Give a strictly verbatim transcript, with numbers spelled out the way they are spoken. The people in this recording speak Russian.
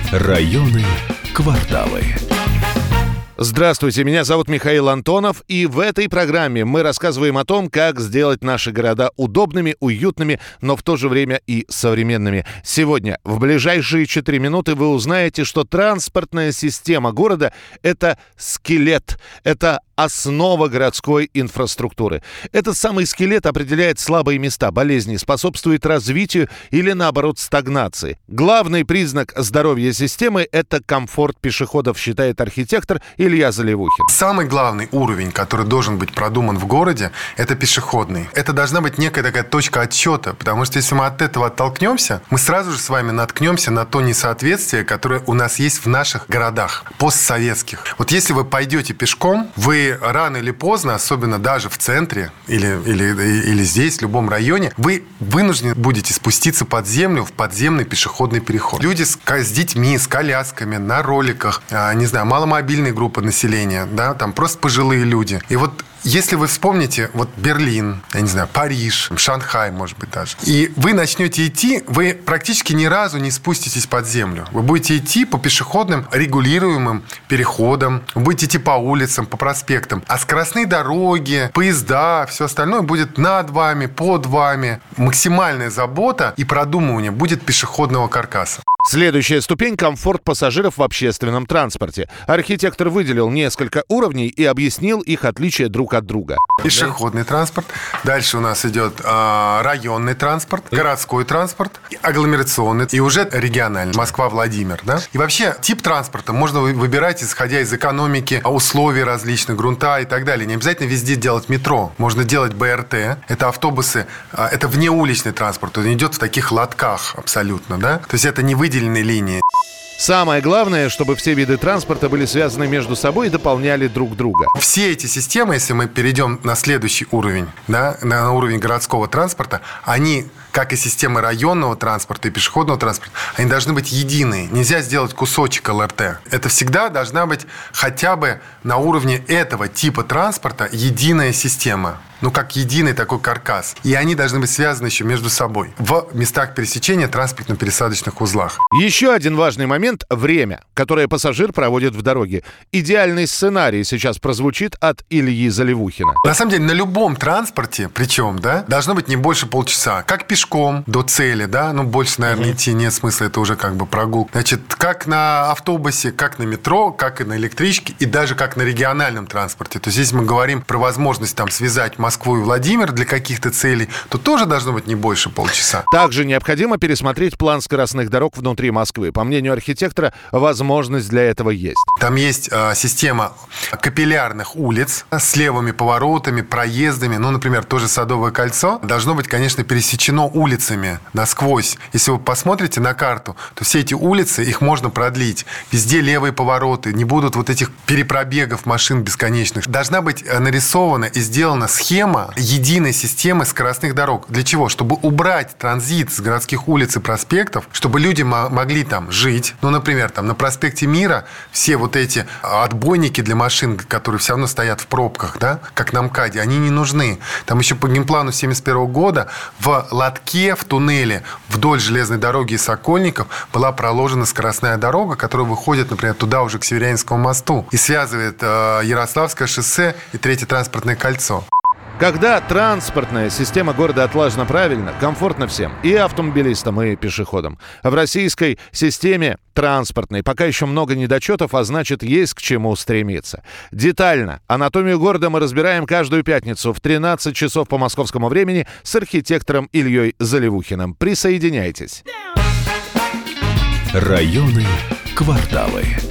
Районы, кварталы. Здравствуйте, меня зовут Михаил Антонов, и в этой программе мы рассказываем о том, как сделать наши города удобными, уютными, но в то же время и современными. Сегодня, в ближайшие четыре минуты, вы узнаете, что транспортная система города – это скелет, это основа городской инфраструктуры. Этот самый скелет определяет слабые места, болезни, способствует развитию или, наоборот, стагнации. Главный признак здоровья системы – это комфорт пешеходов, считает архитектор Илья Заливухин. Самый главный уровень, который должен быть продуман в городе, это пешеходный. Это должна быть некая такая точка отсчета, потому что если мы от этого оттолкнемся, мы сразу же с вами наткнемся на то несоответствие, которое у нас есть в наших городах, постсоветских. Вот если вы пойдете пешком, вы рано или поздно, особенно даже в центре или, или, или здесь, в любом районе, вы вынуждены будете спуститься под землю в подземный пешеходный переход. Люди с, с детьми, с колясками, на роликах, а, не знаю, маломобильные группы населения, да, там просто пожилые люди. И вот если вы вспомните, вот Берлин, я не знаю, Париж, Шанхай, может быть, даже, и вы начнете идти, вы практически ни разу не спуститесь под землю. Вы будете идти по пешеходным регулируемым переходам, вы будете идти по улицам, по проспектам, а скоростные дороги, поезда, все остальное будет над вами, под вами. Максимальная забота и продумывание будет пешеходного каркаса. Следующая ступень – комфорт пассажиров в общественном транспорте. Архитектор выделил несколько уровней и объяснил их отличия друг от друга. Пешеходный транспорт. Дальше у нас идет э, районный транспорт, городской транспорт, агломерационный и уже региональный. Москва-Владимир. Да? И вообще тип транспорта можно выбирать, исходя из экономики, условий различных, грунта и так далее. Не обязательно везде делать метро. Можно делать БРТ. Это автобусы, э, это внеуличный транспорт. Он идет в таких лотках абсолютно. Да? То есть это не выделенные линии. Самое главное, чтобы все виды транспорта были связаны между собой и дополняли друг друга. Все эти системы, если мы перейдем на следующий уровень, да, на уровень городского транспорта, они, как и системы районного транспорта и пешеходного транспорта, они должны быть единые. Нельзя сделать кусочек ЛРТ. Это всегда должна быть хотя бы на уровне этого типа транспорта единая система. Ну, как единый такой каркас. И они должны быть связаны еще между собой в местах пересечения транспортно-пересадочных узлах. Еще один важный момент – время, которое пассажир проводит в дороге. Идеальный сценарий сейчас прозвучит от Ильи Заливухина. На самом деле, на любом транспорте, причем, да, должно быть не больше полчаса. Как пешком до цели, да, ну, больше, наверное, mm-hmm. идти нет смысла, это уже как бы прогулка. Значит, как на автобусе, как на метро, как и на электричке, и даже как на региональном транспорте. То есть, если мы говорим про возможность там связать Москву и Владимир для каких-то целей, то тоже должно быть не больше полчаса. Также необходимо пересмотреть план скоростных дорог внутри Москвы. По мнению архитектора, возможность для этого есть. Там есть э, система капиллярных улиц с левыми поворотами, проездами. Ну, например, тоже Садовое кольцо должно быть, конечно, пересечено улицами насквозь. Если вы посмотрите на карту, то все эти улицы, их можно продлить. Везде левые повороты, не будут вот этих перепробегов машин бесконечных. Должна быть нарисована и сделана схема единой системы скоростных дорог. Для чего? Чтобы убрать транзит с городских улиц и проспектов, чтобы люди м- могли там жить. Ну, например, там на проспекте Мира все вот эти отбойники для машин, которые все равно стоят в пробках, да, как на МКАДе, они не нужны. Там еще по генплану семьдесят первого года в лотке, в туннеле вдоль железной дороги и Сокольников была проложена скоростная дорога, которая выходит, например, туда уже к Северянинскому мосту и связывает э, Ярославское шоссе и Третье транспортное кольцо. Когда транспортная система города отлажена правильно, комфортно всем, и автомобилистам, и пешеходам. В российской системе транспортной пока еще много недочетов, а значит, есть к чему стремиться. Детально анатомию города мы разбираем каждую пятницу в тринадцать часов по московскому времени с архитектором Ильей Заливухиным. Присоединяйтесь. Районы, кварталы.